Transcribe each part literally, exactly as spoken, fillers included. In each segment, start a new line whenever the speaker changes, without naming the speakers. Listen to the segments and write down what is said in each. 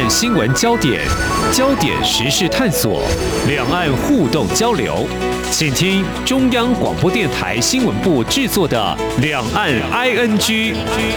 岸新闻焦点、焦点时事探索、两岸互动交流，请听中央广播电台新闻部制作的《两岸 I N G》。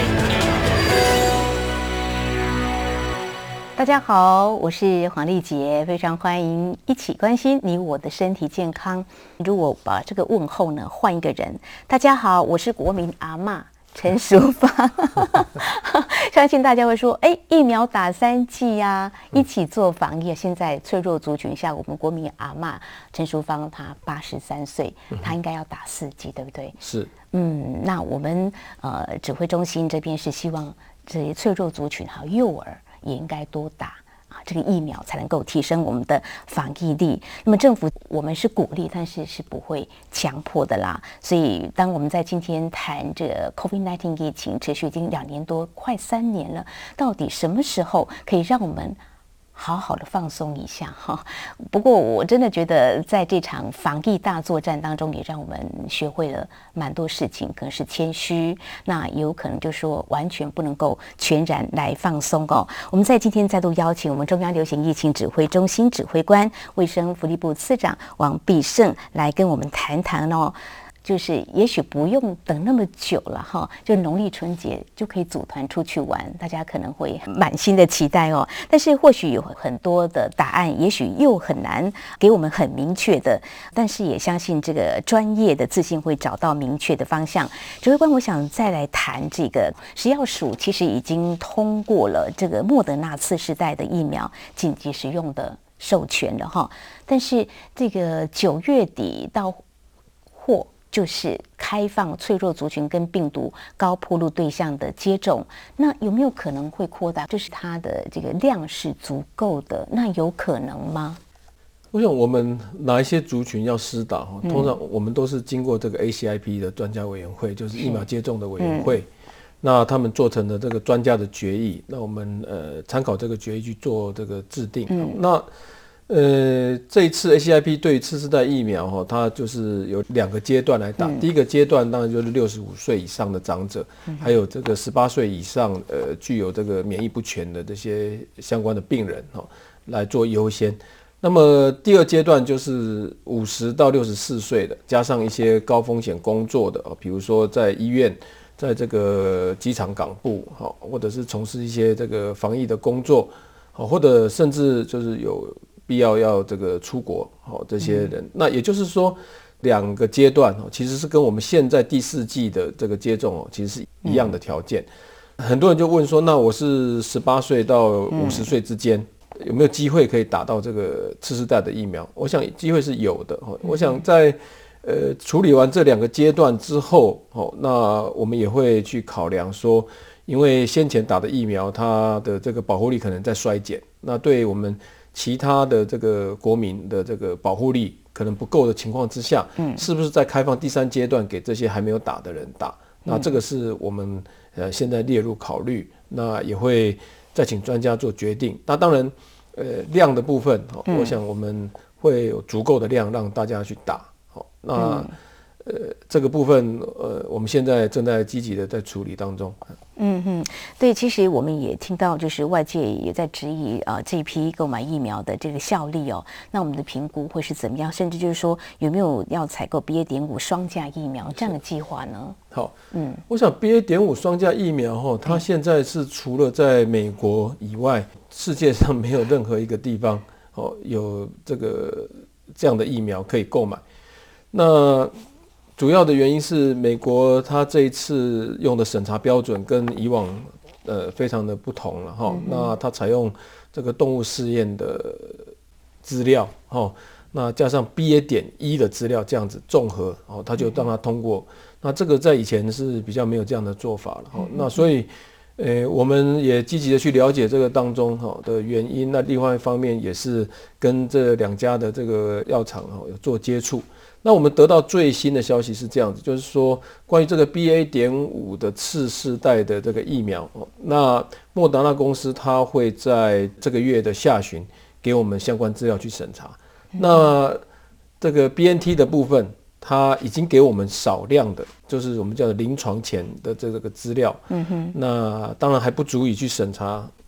大家好，我是黄丽杰，非常欢迎一起关心你我的身体健康。如果把这个问候呢换一个人，大家好，我是国民阿嬷陈淑芳。相信大家会说，哎，疫苗打三剂啊，一起做防疫。现在脆弱族群下，我们国民阿嬷陈淑芳她八十三岁，她应该要打四剂，对不对？
是。
嗯，那我们呃指挥中心这边是希望这些脆弱族群还有幼儿也应该多打啊，这个疫苗才能够提升我们的防疫力。那么政府我们是鼓励，但是是不会强迫的啦。所以当我们在今天谈这个 COVID 十九 疫情持续已经两年多，快三年了，到底什么时候可以让我们好好的放松一下哈？不过我真的觉得在这场防疫大作战当中，也让我们学会了蛮多事情，可能是谦虚，那也有可能就是说完全不能够全然来放松哦。我们在今天再度邀请我们中央流行疫情指挥中心指挥官、卫生福利部次长王必胜来跟我们谈谈哦。就是也许不用等那么久了哈，就农历春节就可以组团出去玩，大家可能会满心的期待哦。但是或许有很多的答案，也许又很难给我们很明确的，但是也相信这个专业的自信会找到明确的方向。指挥官，我想再来谈这个食药署其实已经通过了这个莫德纳次世代的疫苗紧急使用的授权了哈，但是这个九月底到或就是开放脆弱族群跟病毒高暴露对象的接种，那有没有可能会扩大？就是它的这个量是足够的，那有可能吗？
我想我们哪一些族群要施打，通常我们都是经过这个 A C I P 的专家委员会，就是疫苗接种的委员会，那他们做成的这个专家的决议，那我们呃参考这个决议去做这个制定。嗯、那呃，这一次 A C I P 对次世代疫苗哈，它就是有两个阶段来打。嗯、第一个阶段当然就是六十五岁以上的长者，嗯、还有这个十八岁以上呃具有这个免疫不全的这些相关的病人哈，来做优先。那么第二阶段就是五十到六十四岁的，加上一些高风险工作的，比如说在医院、在这个机场港部哈，或者是从事一些这个防疫的工作，或者甚至就是有必要要这个出国，这些人，嗯、那也就是说，两个阶段其实是跟我们现在第四季的这个接种其实是一样的条件。嗯、很多人就问说，那我是十八岁到五十岁之间，嗯、有没有机会可以打到这个次世代的疫苗？我想机会是有的。嗯、我想在呃处理完这两个阶段之后，那我们也会去考量说，因为先前打的疫苗，它的这个保护力可能在衰减，那对我们其他的这个国民的这个保护力可能不够的情况之下，嗯，是不是在开放第三阶段给这些还没有打的人打？那这个是我们呃现在列入考虑，那也会再请专家做决定。那当然，呃量的部分，嗯、我想我们会有足够的量让大家去打。好，那。嗯呃，这个部分，呃，我们现在正在积极的在处理当中。
嗯哼，对，其实我们也听到，就是外界也在质疑啊、呃，这一批购买疫苗的这个效力哦。那我们的评估会是怎么样？甚至就是说，有没有要采购 B A 点五双价疫苗这样的计划呢？
好，嗯，我想 B A 点五双价疫苗哈，它现在是除了在美国以外，世界上没有任何一个地方哦有这个这样的疫苗可以购买。那主要的原因是美国它这一次用的审查标准跟以往呃非常的不同了哈，嗯、那它采用这个动物试验的资料哈，那加上 B A 点一 的资料这样子综合哦，它就让它通过。嗯、那这个在以前是比较没有这样的做法了哈，嗯、那所以呃我们也积极的去了解这个当中哈的原因。那另外一方面也是跟这两家的这个药厂哈有做接触。那我们得到最新的消息是这样子，就是说关于这个 B A 点五 的次世代的这个疫苗，那莫德纳公司它会在这个月的下旬给我们相关资料去审查。那这个 B N T 的部分，它已经给我们少量的，就是我们叫做临床前的这个资料。嗯哼。那当然还不足以去审查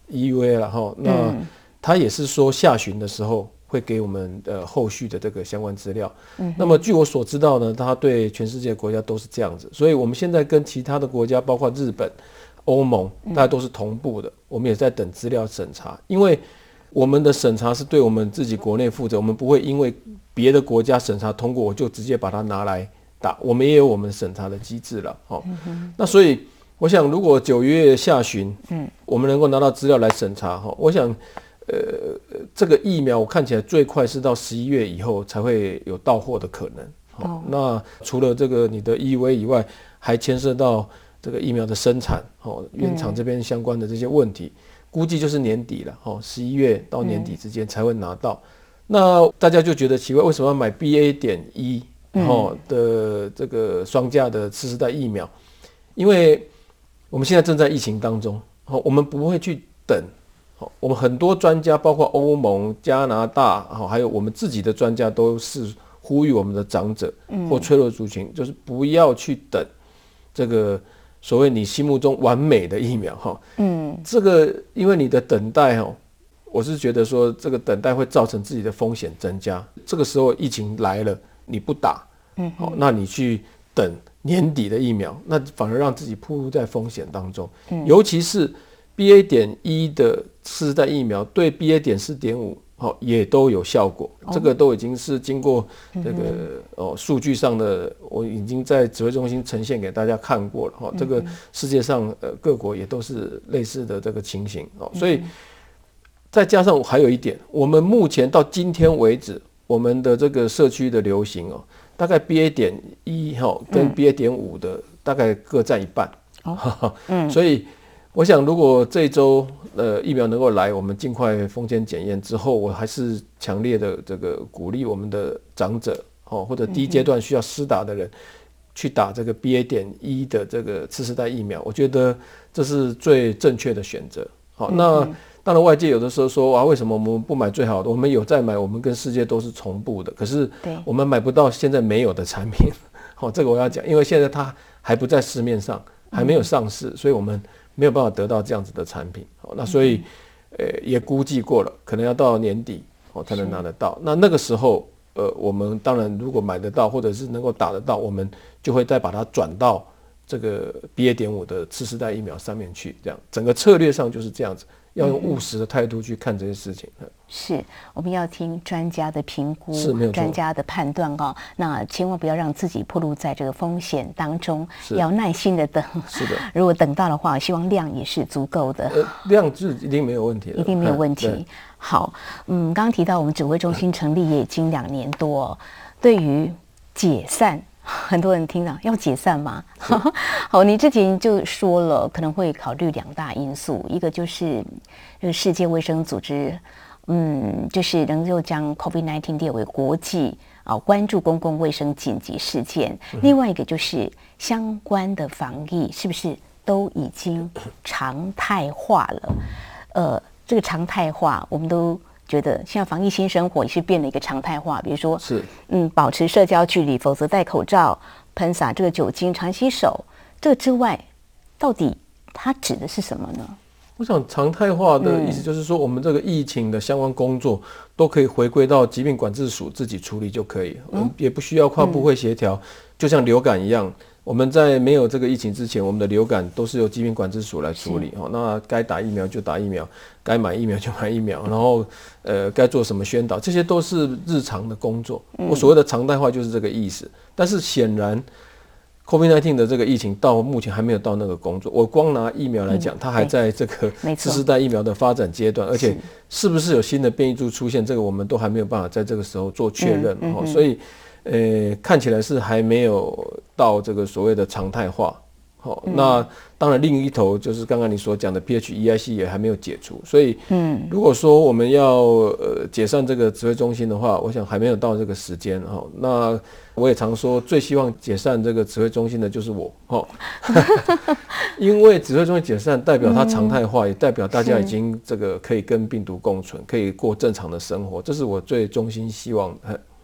E U A 了哈，那他也是说下旬的时候会给我们呃后续的这个相关资料。嗯，那么据我所知道呢，他对全世界国家都是这样子，所以我们现在跟其他的国家，包括日本、欧盟，大家都是同步的。我们也在等资料审查，因为我们的审查是对我们自己国内负责，我们不会因为别的国家审查通过，我就直接把它拿来打。我们也有我们审查的机制了。哦，嗯，那所以我想，如果九月下旬，嗯，我们能够拿到资料来审查，哈，我想。呃，这个疫苗我看起来最快是到十一月以后才会有到货的可能。哦，那除了这个你的 E U A 以外，还牵涉到这个疫苗的生产，哦，原厂这边相关的这些问题，嗯，估计就是年底了，哦，十一月到年底之间才会拿到。嗯，那大家就觉得奇怪，为什么要买 B A 点一 哦的这个双价的次世代疫苗？因为我们现在正在疫情当中，哦，我们不会去等。我们很多专家，包括欧盟、加拿大，还有我们自己的专家，都是呼吁我们的长者或脆弱族群，就是不要去等这个所谓你心目中完美的疫苗哈。嗯，这个因为你的等待哈，我是觉得说这个等待会造成自己的风险增加。这个时候疫情来了，你不打，嗯，好，那你去等年底的疫苗，那反而让自己暴露在风险当中，嗯，尤其是。B A 点一 的次世代疫苗对 B A 点四点五也都有效果，哦，这个都已经是经过这个，嗯哦，数据上的，我已经在指挥中心呈现给大家看过了，哦，这个世界上呃各国也都是类似的这个情形，哦，所以再加上还有一点，我们目前到今天为止，我们的这个社区的流行哦，大概 B A 点一跟 B A 点五的大概各占一半，哦嗯，所以。我想，如果这一周呃疫苗能够来，我们尽快风险检验之后，我还是强烈的这个鼓励我们的长者哦，或者低阶段需要施打的人，去打这个 B A 点一 的这个次世代疫苗。我觉得这是最正确的选择。好，那当然外界有的时候说啊，为什么我们不买最好的？我们有在买，我们跟世界都是同步的，可是我们买不到现在没有的产品。好，这个我要讲，因为现在它还不在市面上，还没有上市，所以我们。没有办法得到这样子的产品，那所以，呃，也估计过了，可能要到年底哦才能拿得到。那那个时候，呃，我们当然如果买得到，或者是能够打得到，我们就会再把它转到这个 B A 点五 的次世代疫苗上面去。这样，整个策略上就是这样子，要用务实的态度去看这些事情。嗯、
是，我们要听专家的评估，
是没有错，
专家的判断哦。那千万不要让自己暴露在这个风险当中，要耐心的等。
是的，
如果等到的话，希望量也是足够的。
呃，量是一定没有问题的，
一定没有问题。好，嗯，刚刚提到我们指挥中心成立也已经两年多、哦，对于解散。很多人听到要解散吗？好，你之前就说了，可能会考虑两大因素，一个就是这个世界卫生组织，嗯，就是能够将 COVID 十九 列为国际啊关注公共卫生紧急事件；另外一个就是相关的防疫是不是都已经常态化了？呃，这个常态化，我们都。觉得现在防疫新生活也是变了一个常态化，比如说，
是
嗯，保持社交距离，否则戴口罩、喷洒这个酒精、常洗手。这个之外，到底它指的是什么呢？
我想常态化的意思就是说，我们这个疫情的相关工作都可以回归到疾病管制署自己处理就可以，嗯，也不需要跨部会协调，嗯，就像流感一样。我们在没有这个疫情之前，我们的流感都是由疾病管制署来处理，那该打疫苗就打疫苗，该买疫苗就买疫苗，然后呃该做什么宣导，这些都是日常的工作。嗯，我所谓的常态化就是这个意思。但是显然 COVID 十九 的这个疫情到目前还没有到那个工作。我光拿疫苗来讲，嗯，它还在这个次世代疫苗的发展阶段，而且是不是有新的变异株出现，这个我们都还没有办法在这个时候做确认，嗯嗯，所以。呃，看起来是还没有到这个所谓的常态化，好，嗯，那当然另一头就是刚刚你所讲的 P H E I C 也还没有解除，所以，嗯，如果说我们要呃解散这个指挥中心的话，我想还没有到这个时间哈。那我也常说，最希望解散这个指挥中心的就是我，哈，因为指挥中心解散代表它常态化，嗯，也代表大家已经这个可以跟病毒共存，可以过正常的生活，这是我最衷心希望的。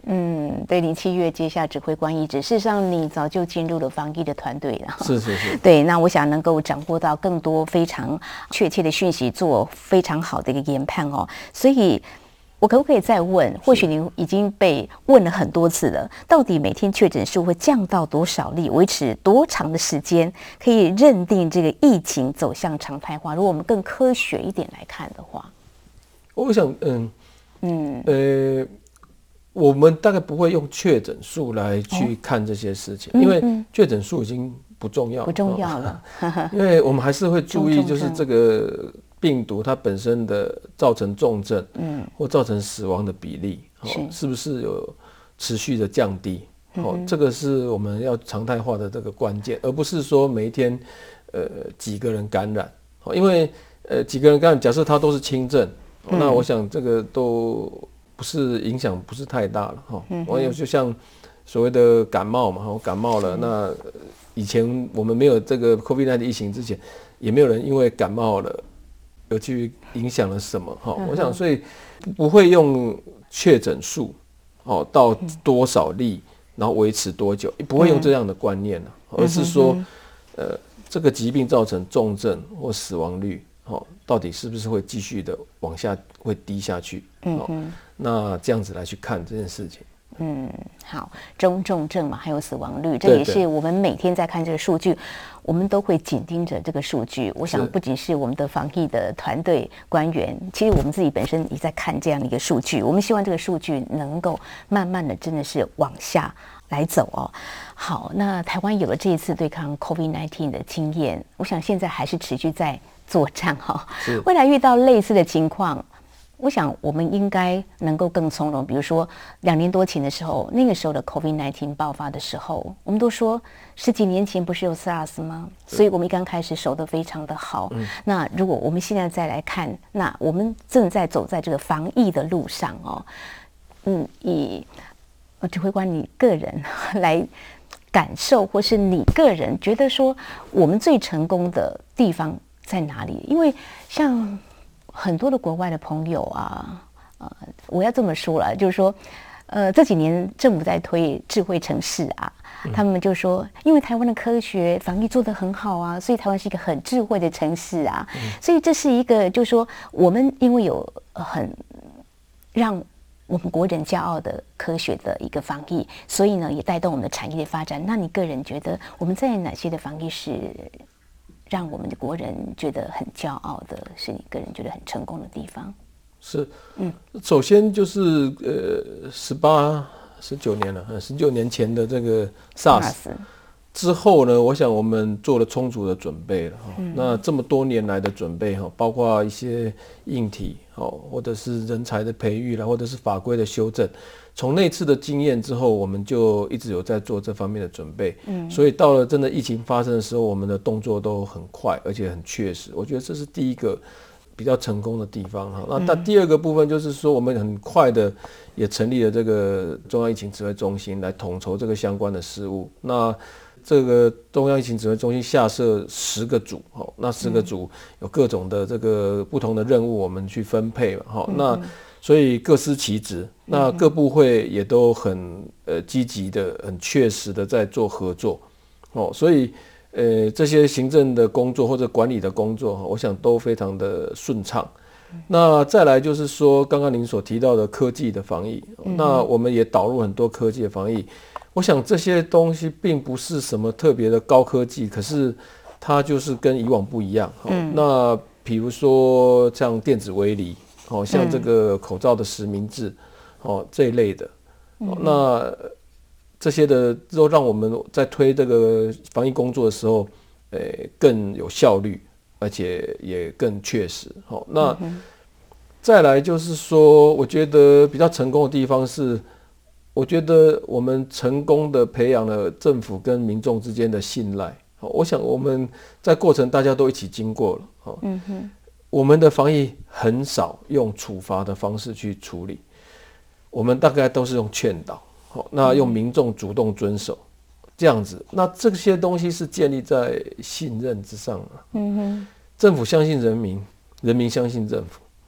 嗯，对，你七月接下指挥官一职，事实上你早就进入了防疫的团队了。
是是是。
对，那我想能够掌握到更多非常确切的讯息，做非常好的一个研判哦。所以，我可不可以再问？或许您已经被问了很多次了，到底每天确诊数会降到多少例，维持多长的时间，可以认定这个疫情走向常态化？如果我们更科学一点来看的话，
我想，嗯嗯呃。我们大概不会用确诊数来去看这些事情，哦、因为确诊数已经不重要了，
不重要了。
因为我们还是会注意，就是这个病毒它本身的造成重症，嗯，或造成死亡的比例，哦、是, 是不是有持续的降低？哦，嗯、这个是我们要常态化的这个关键，而不是说每一天，呃，几个人感染，哦，因为呃几个人感染，假设他都是轻症，哦、那我想这个都。不是影响不是太大了哈，我有就像所谓的感冒嘛，我感冒了，那以前我们没有这个 COVID 十九 疫情之前，也没有人因为感冒了有去影响了什么哈。我想所以不会用确诊数哦到多少例，然后维持多久，不会用这样的观念了，而是说呃这个疾病造成重症或死亡率。哦，到底是不是会继续的往下会低下去？嗯、哦，那这样子来去看这件事情。
嗯，好，中重症嘛，还有死亡率，这也是我们每天在看这个数据，我们都会紧盯着这个数据。我想，不仅是我们的防疫的团队官员，其实我们自己本身也在看这样的一个数据。我们希望这个数据能够慢慢的，真的是往下来走哦。好，那台湾有了这一次对抗 COVID 十九 的经验，我想现在还是持续在作战哈。未来遇到类似的情况，我想我们应该能够更从容。比如说两年多前的时候，那个时候的 COVID 十九 爆发的时候，我们都说十几年前不是有 SARS 吗？所以我们一刚开始守得非常的好。嗯、那如果我们现在再来看，那我们正在走在这个防疫的路上哦。嗯，以指挥官你个人来感受，或是你个人觉得说我们最成功的地方在哪里？因为像很多的国外的朋友啊，呃，我要这么说了，就是说，呃，这几年政府在推智慧城市啊，嗯、他们就说，因为台湾的科学防疫做得很好啊，所以台湾是一个很智慧的城市啊，嗯、所以这是一个，就是说，我们因为有很让我们国人骄傲的科学的一个防疫，所以呢，也带动我们的产业的发展。那你个人觉得我们在哪些的防疫是让我们的国人觉得很骄傲的，是你个人觉得很成功的地方？
是，嗯，首先就是呃，十八、十九年了，十九年前的这个 SARS 之后呢，我想我们做了充足的准备了。嗯、那这么多年来的准备哈，包括一些硬体哦，或者是人才的培育啦，或者是法规的修正。从那次的经验之后，我们就一直有在做这方面的准备。嗯，所以到了真的疫情发生的时候，我们的动作都很快，而且很确实。我觉得这是第一个比较成功的地方哈。那但第二个部分就是说，我们很快的也成立了这个中央疫情指挥中心来统筹这个相关的事务。那这个中央疫情指挥中心下设十个组，那十个组有各种的这个不同的任务，我们去分配嘛，那所以各司其职，那各部会也都很呃积极的、很确实的在做合作，哦，所以呃这些行政的工作或者管理的工作，我想都非常的顺畅。那再来就是说，刚刚您所提到的科技的防疫，那我们也导入很多科技的防疫。我想这些东西并不是什么特别的高科技，可是它就是跟以往不一样。嗯、那比如说像电子围篱，哦，像这个口罩的实名制，哦这一类的，哦、那这些的都让我们在推这个防疫工作的时候，呃更有效率，而且也更确实。哦，那再来就是说，我觉得比较成功的地方是。我觉得我们成功的培养了政府跟民众之间的信赖。我想我们在过程大家都一起经过了。嗯哼，我们的防疫很少用处罚的方式去处理，我们大概都是用劝导，那用民众主动遵守这样子。那这些东西是建立在信任之上的。嗯哼，政府相信人民，人民相信政府。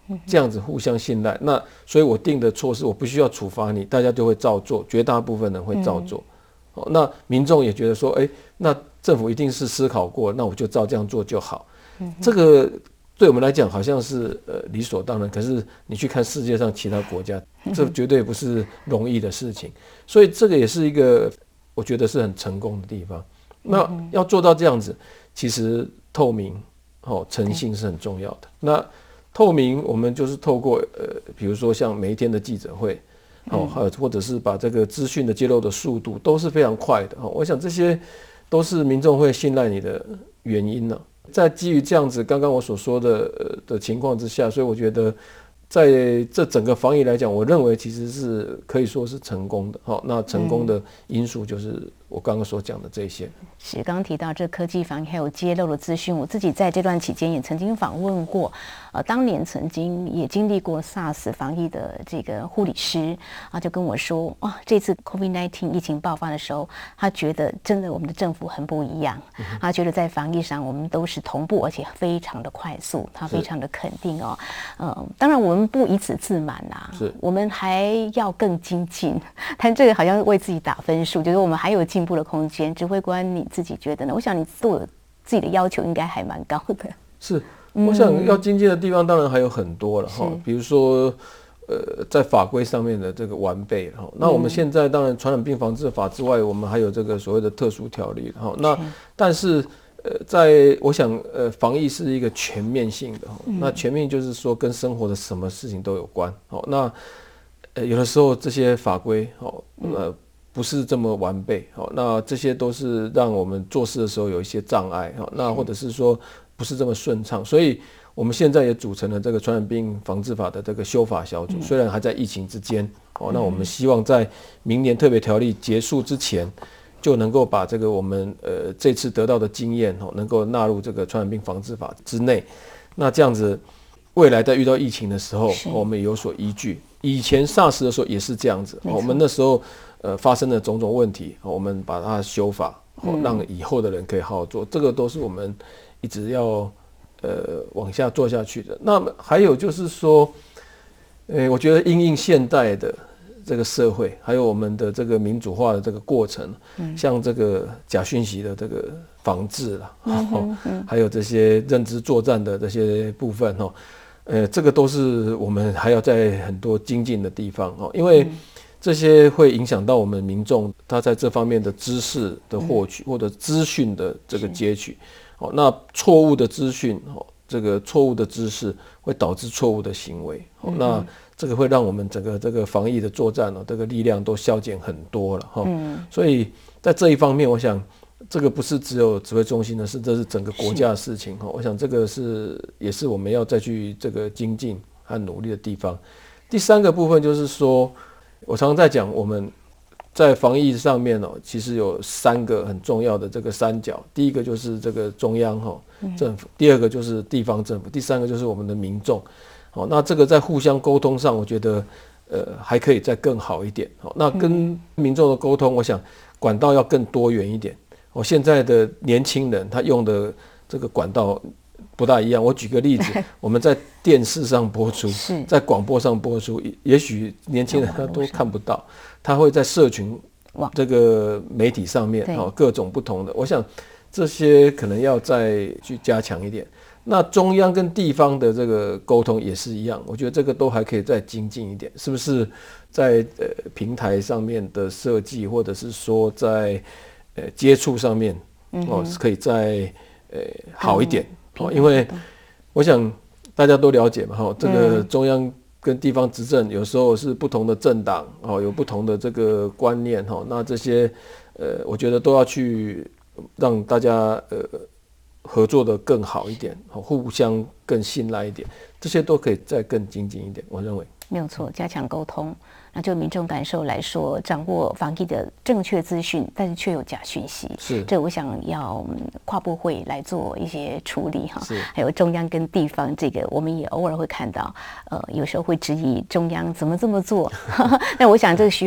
这样子互相信赖。那所以我定的措施我不需要处罚你，大家就会照做，绝大部分人会照做。嗯、那民众也觉得说，哎、欸，那政府一定是思考过，那我就照这样做就好。嗯、这个对我们来讲好像是呃理所当然，可是你去看世界上其他国家，这绝对不是容易的事情。所以这个也是一个我觉得是很成功的地方。那要做到这样子，其实透明、哦诚信是很重要的。那透明，我们就是透过呃，比如说像每一天的记者会，哦，或者是把这个资讯的揭露的速度都是非常快的。哦，我想这些都是民众会信赖你的原因呢、啊。在基于这样子刚刚我所说的呃的情况之下，所以我觉得在这整个防疫来讲，我认为其实是可以说是成功的。好，那成功的因素就是我刚刚所讲的这些。
是刚刚提到这科技防疫还有揭露的资讯，我自己在这段期间也曾经访问过，呃，当年曾经也经历过 SARS 防疫的这个护理师啊，就跟我说，哇，这次 COVID 十九 疫情爆发的时候，他觉得真的我们的政府很不一样，嗯、他觉得在防疫上我们都是同步，而且非常的快速，他非常的肯定哦。呃，当然我们不以此自满啦、啊，我们还要更精进，但这个好像为自己打分数，就是我们还有进步的空间。指挥官你自己觉得呢？我想你对我自己的要求应该还蛮高的。
是，我想要精进的地方当然还有很多了哈、嗯，比如说呃，在法规上面的这个完备哈。那我们现在当然传染病防治法之外，我们还有这个所谓的特殊条例哈。那但是呃，在我想呃，防疫是一个全面性的，嗯、那全面就是说跟生活的什么事情都有关。好，那呃有的时候这些法规好呃。嗯不是这么完备，那这些都是让我们做事的时候有一些障碍，那或者是说不是这么顺畅，所以我们现在也组成了这个传染病防治法的这个修法小组，虽然还在疫情之间，那我们希望在明年特别条例结束之前，就能够把这个我们呃这次得到的经验能够纳入这个传染病防治法之内，那这样子未来在遇到疫情的时候，我们也有所依据。以前 SARS 的时候也是这样子，我们那时候呃发生的种种问题，我们把它修法，让以后的人可以好好做，这个都是我们一直要呃往下做下去的。那么还有就是说，呃，我觉得因应现代的这个社会，还有我们的这个民主化的这个过程，嗯、像这个假讯息的这个防治啦，嗯嗯、还有这些认知作战的这些部分哈。呃，这个都是我们还要在很多精进的地方哦，因为这些会影响到我们民众他在这方面的知识的获取、嗯、或者资讯的这个截取。哦，那错误的资讯哦，这个错误的知识会导致错误的行为。哦，嗯、那这个会让我们整个这个防疫的作战哦，这个力量都削减很多了哈。嗯，所以在这一方面，我想。这个不是只有指挥中心的事，这是整个国家的事情。我想这个是也是我们要再去这个精进和努力的地方。第三个部分就是说，我常常在讲我们在防疫上面哦，其实有三个很重要的这个三角。第一个就是这个中央哈政府，第二个就是地方政府，第三个就是我们的民众。好，那这个在互相沟通上，我觉得呃还可以再更好一点。好，那跟民众的沟通，我想管道要更多元一点。我现在的年轻人他用的这个管道不大一样。我举个例子，我们在电视上播出，在广播上播出，也许年轻人他都看不到，他会在社群这个媒体上面各种不同的。我想这些可能要再去加强一点。那中央跟地方的这个沟通也是一样，我觉得这个都还可以再精进一点，是不是在呃平台上面的设计，或者是说在呃，接触上面哦，可以再呃好一点哦，因为我想大家都了解嘛哈，这个中央跟地方执政有时候是不同的政党哦，有不同的这个观念哈，那这些呃，我觉得都要去让大家呃合作的更好一点，互相更信赖一点，这些都可以再更精进一点，我认为
没有错，加强沟通。那就民众感受来说，掌握防疫的正确资讯，但是却有假讯息，
是
这我想要、嗯、跨部会来做一些处理哈。还有中央跟地方，这个我们也偶尔会看到，呃，有时候会质疑中央怎么这么做，但我想这个需要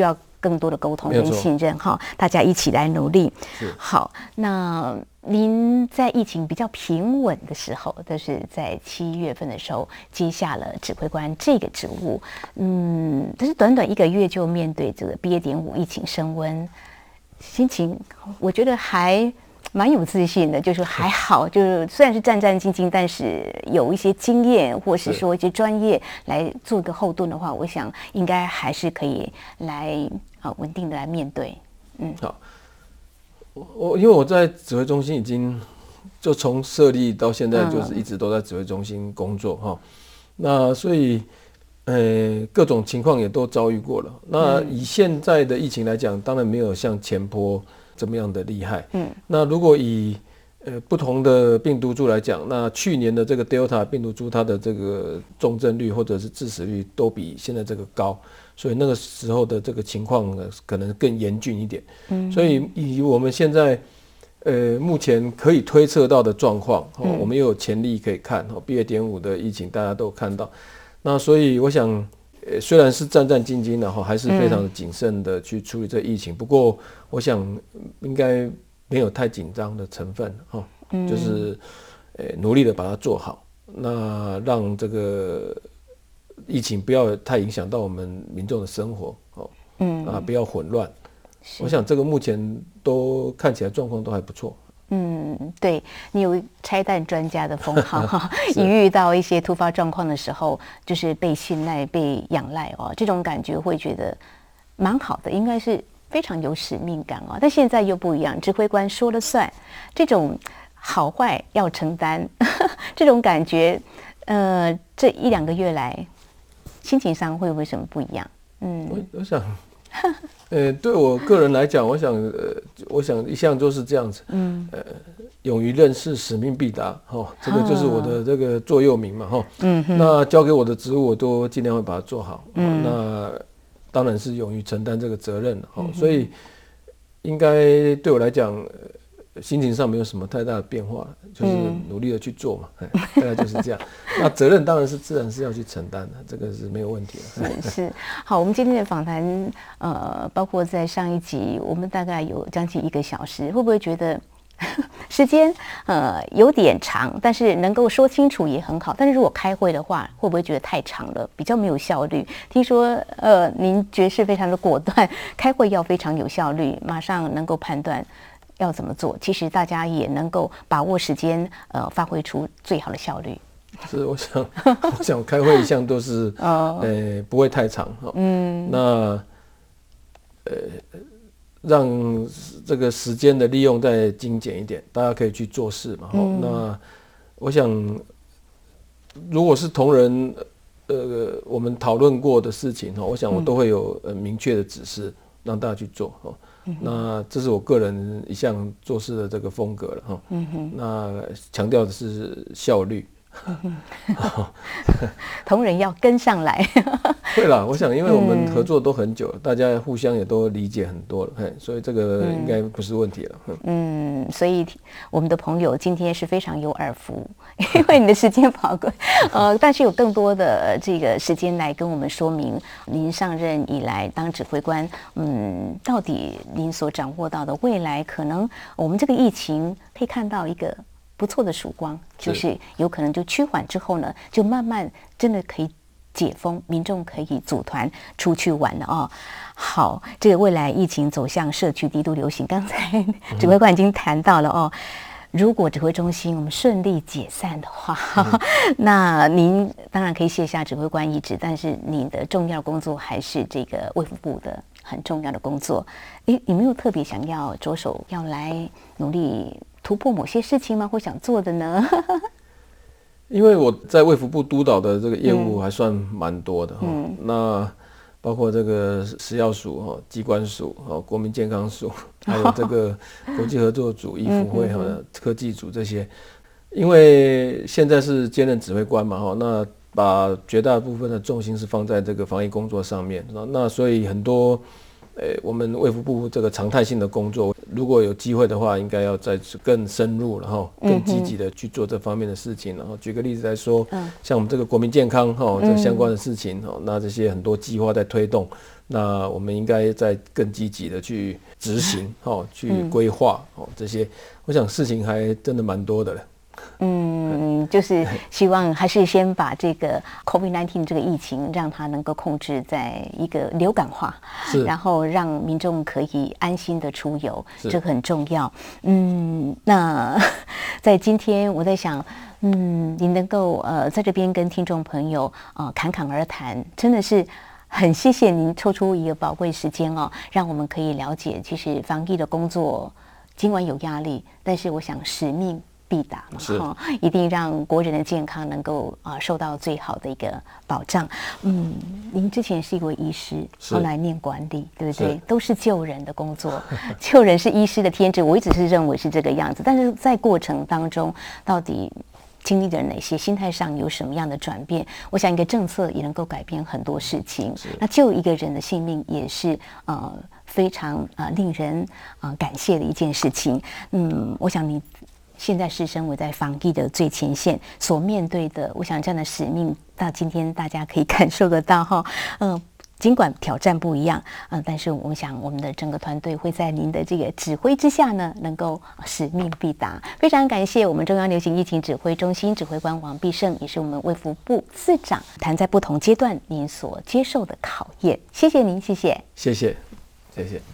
更多的沟通跟信任哈，大家一起来努力。好，那您在疫情比较平稳的时候，就是在七月份的时候接下了指挥官这个职务，嗯，但是短短一个月就面对这个 B A 点五疫情升温，心情我觉得还蛮有自信的，就是还好，就是虽然是战战兢兢，但是有一些经验或是说一些专业来做个后盾的话，我想应该还是可以来啊稳定的来面对。嗯，
好，我因为我在指挥中心已经就从设立到现在就是一直都在指挥中心工作哈、嗯，那所以呃各种情况也都遭遇过了。那以现在的疫情来讲，当然没有像前波这么样的厉害，嗯，那如果以呃不同的病毒株来讲，那去年的这个 Delta 病毒株，它的这个重症率或者是致死率都比现在这个高，所以那个时候的这个情况可能更严峻一点，嗯，所以以我们现在呃目前可以推测到的状况，哦，嗯，我们又有前例可以看，哦 B A 点五 的疫情大家都有看到，那所以我想。虽然是战战兢兢的哈，还是非常的谨慎的去处理这疫情。嗯、不过，我想应该没有太紧张的成分哈，嗯、就是呃努力的把它做好，那让这个疫情不要太影响到我们民众的生活哦，嗯啊不要混乱。我想这个目前都看起来状况都还不错。
嗯，对，你有拆弹专家的封号哈，一遇到一些突发状况的时候，就是被信赖、被仰赖哦，这种感觉会觉得蛮好的，应该是非常有使命感哦。但现在又不一样，指挥官说了算，这种好坏要承担，呵呵这种感觉，呃，这一两个月来，心情上会不会什么不一样？嗯，
我我想。呃，对我个人来讲，我想，呃，我想一向都是这样子，嗯，呃，勇于任事，使命必达，哈、哦，这个就是我的这个座右铭嘛，哈、哦，嗯，那交给我的职务，我都尽量会把它做好，嗯，那当然是勇于承担这个责任，哈、哦，所以应该对我来讲。心情上没有什么太大的变化，就是努力的去做嘛，嗯、大概就是这样。那责任当然是自然是要去承担的，这个是没有问题的。
是是，好，我们今天的访谈，呃，包括在上一集，我们大概有将近一个小时，会不会觉得时间呃有点长，但是能够说清楚也很好？但是如果开会的话，会不会觉得太长了，比较没有效率？听说呃，您决是非常的果断，开会要非常有效率，马上能够判断。要怎么做？其实大家也能够把握时间，呃，发挥出最好的效率。
是，我想，我想开会一向都是，哦、呃，不会太长哈。嗯。那，呃，让这个时间的利用再精简一点，大家可以去做事嘛。嗯、那我想，如果是同仁，呃，我们讨论过的事情哈，我想我都会有呃明确的指示，让大家去做哈。那这是我个人一向做事的这个风格了哈。嗯哼。那强调的是效率。嗯、
同仁要跟上来。
会啦，我想因为我们合作都很久了，嗯、大家互相也都理解很多了，所以这个应该不是问题了。
嗯, 嗯，所以我们的朋友今天是非常有耳福，因为你的时间宝贵，呃，但是有更多的这个时间来跟我们说明您上任以来当指挥官，嗯，到底您所掌握到的未来可能我们这个疫情可以看到一个不错的曙光，就是有可能就趋缓之后呢，就慢慢真的可以解封，民众可以组团出去玩了哦。好，这个未来疫情走向社区低度流行，刚才指挥官已经谈到了哦。如果指挥中心我们顺利解散的话，嗯、那您当然可以卸下指挥官一职，但是你的重要工作还是这个卫福部的很重要的工作。诶，你没有特别想要着手要来努力突破某些事情吗？或想做的呢？
因为我在卫福部督导的这个业务还算蛮多的哈、嗯，那包括这个食药署哈、机关署哈、国民健康署，还有这个国际合作组、医福会哈、科技组这些，因为现在是兼任指挥官嘛哈，那把绝大部分的重心是放在这个防疫工作上面，那所以很多。呃，我们卫福部这个常态性的工作，如果有机会的话，应该要再更深入，然后更积极的去做这方面的事情。然后举个例子来说，像我们这个国民健康哈，这相关的事情哈，那这些很多计划在推动， 那我们应该再更积极的去执行，哦，去规划，哦，这些，我想事情还真的蛮多的了。
嗯，就是希望还是先把这个 COVID 十九 这个疫情让它能够控制在一个流感化，然后让民众可以安心的出游，这个很重要。嗯，那在今天我在想，嗯，你能够呃在这边跟听众朋友呃侃侃而谈，真的是很谢谢您抽出一个宝贵时间哦，让我们可以了解，其实防疫的工作尽管有压力，但是我想使命必达嘛，哈，一定让国人的健康能够啊、呃、受到最好的一个保障。嗯，您之前是一位医师，后来念管理，对不对？都是救人的工作，救人是医师的天职，我一直是认为是这个样子。但是在过程当中，到底经历了哪些，心态上有什么样的转变？我想一个政策也能够改变很多事情。那救一个人的性命也是呃非常呃令人呃感谢的一件事情。嗯，我想你现在是身为在防疫的最前线所面对的，我想这样的使命到今天大家可以感受得到哈。嗯、呃，尽管挑战不一样，嗯、呃，但是我想我们的整个团队会在您的这个指挥之下呢，能够使命必达。非常感谢我们中央流行疫情指挥中心指挥官王必胜，也是我们卫福部次长，谈在不同阶段您所接受的考验。谢谢您，谢谢，
谢谢，谢谢。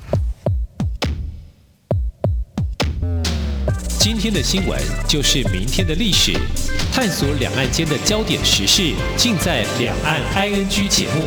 今天的新闻就是明天的历史，探索两岸间的焦点时事，尽在《两岸 I N G》节目。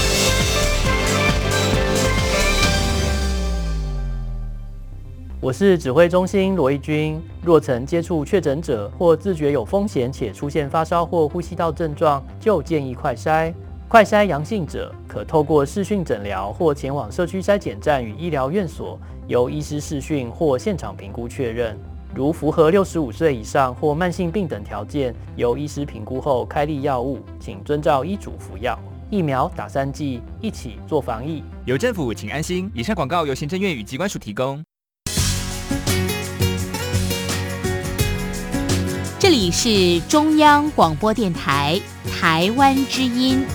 我是指挥中心罗一军。若曾接触确诊者或自觉有风险且出现发烧或呼吸道症状，就建议快筛。快筛阳性者可透过视讯诊疗或前往社区筛检站与医疗院所，由医师视讯或现场评估确认。如符合六十五岁以上或慢性病等条件，由医师评估后开立药物，请遵照医嘱服药。疫苗打三剂，一起做防疫。
有政府，请安心。以上广告由行政院与疾管署提供。
这里是中央广播电台台湾之音。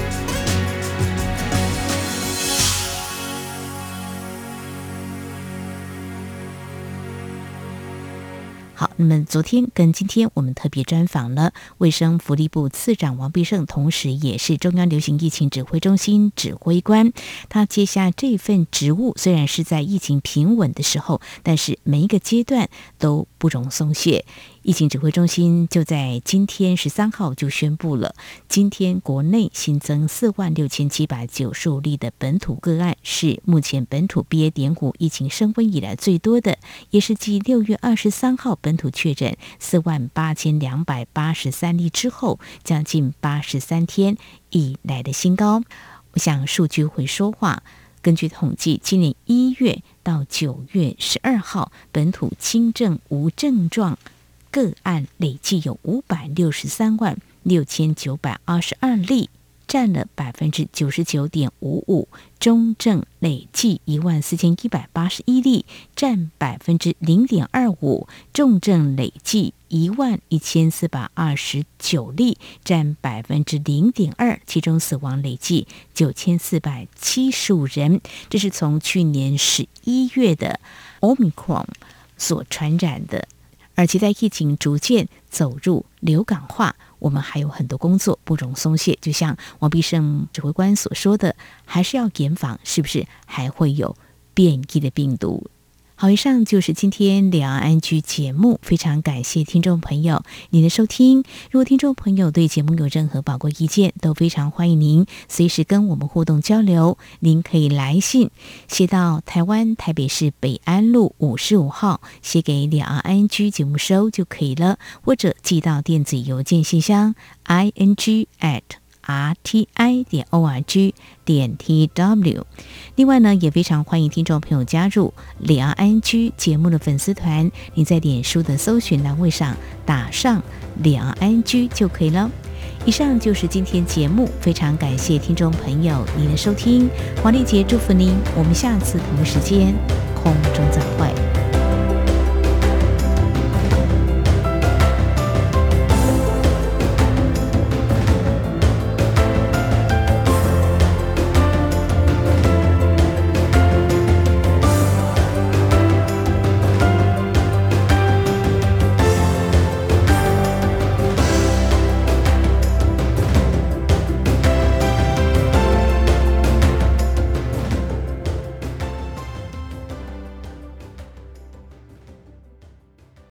好，那么昨天跟今天我们特别专访了卫生福利部次长王必胜，同时也是中央流行疫情指挥中心指挥官。他接下这份职务，虽然是在疫情平稳的时候，但是每一个阶段都不容松懈。疫情指挥中心就在今天十三号就宣布了，今天国内新增四万六千七百九十五例的本土个案，是目前本土 B A. 点五疫情升温以来最多的，也是继六月二十三号本土确诊四万八千两百八十三例之后，将近八十三天以来的新高。我想数据会说话。根据统计，今年一月到九月十二号，本土轻症无症状个案累计有五百六十三万六千九百二十二例，占了百分之九十九点五五；中症累计一万四千一百八十一例，占百分之零点二五；重症累计一万一千四百二十九例，占百分之零点二。其中死亡累计九千四百七十五人。这是从去年十一月的 Omicron 所传染的。而且在疫情逐渐走入流感化，我们还有很多工作不容松懈。就像王必胜指挥官所说的，还是要严防是不是还会有变异的病毒。好，以上就是今天两岸 I N G 节目，非常感谢听众朋友您的收听。如果听众朋友对节目有任何宝贵意见，都非常欢迎您随时跟我们互动交流。您可以来信写到台湾台北市北安路五十五号，写给两岸 I N G 节目收就可以了，或者寄到电子邮件信箱 i n g at r t i 点 o r g 点 t w。 另外呢，也非常欢迎听众朋友加入两岸 I N G 节目的粉丝团，你在脸书的搜寻栏位上打上两岸 I N G 就可以了。以上就是今天节目，非常感谢听众朋友您的收听，黄丽杰祝福您，我们下次同一时间空中再会。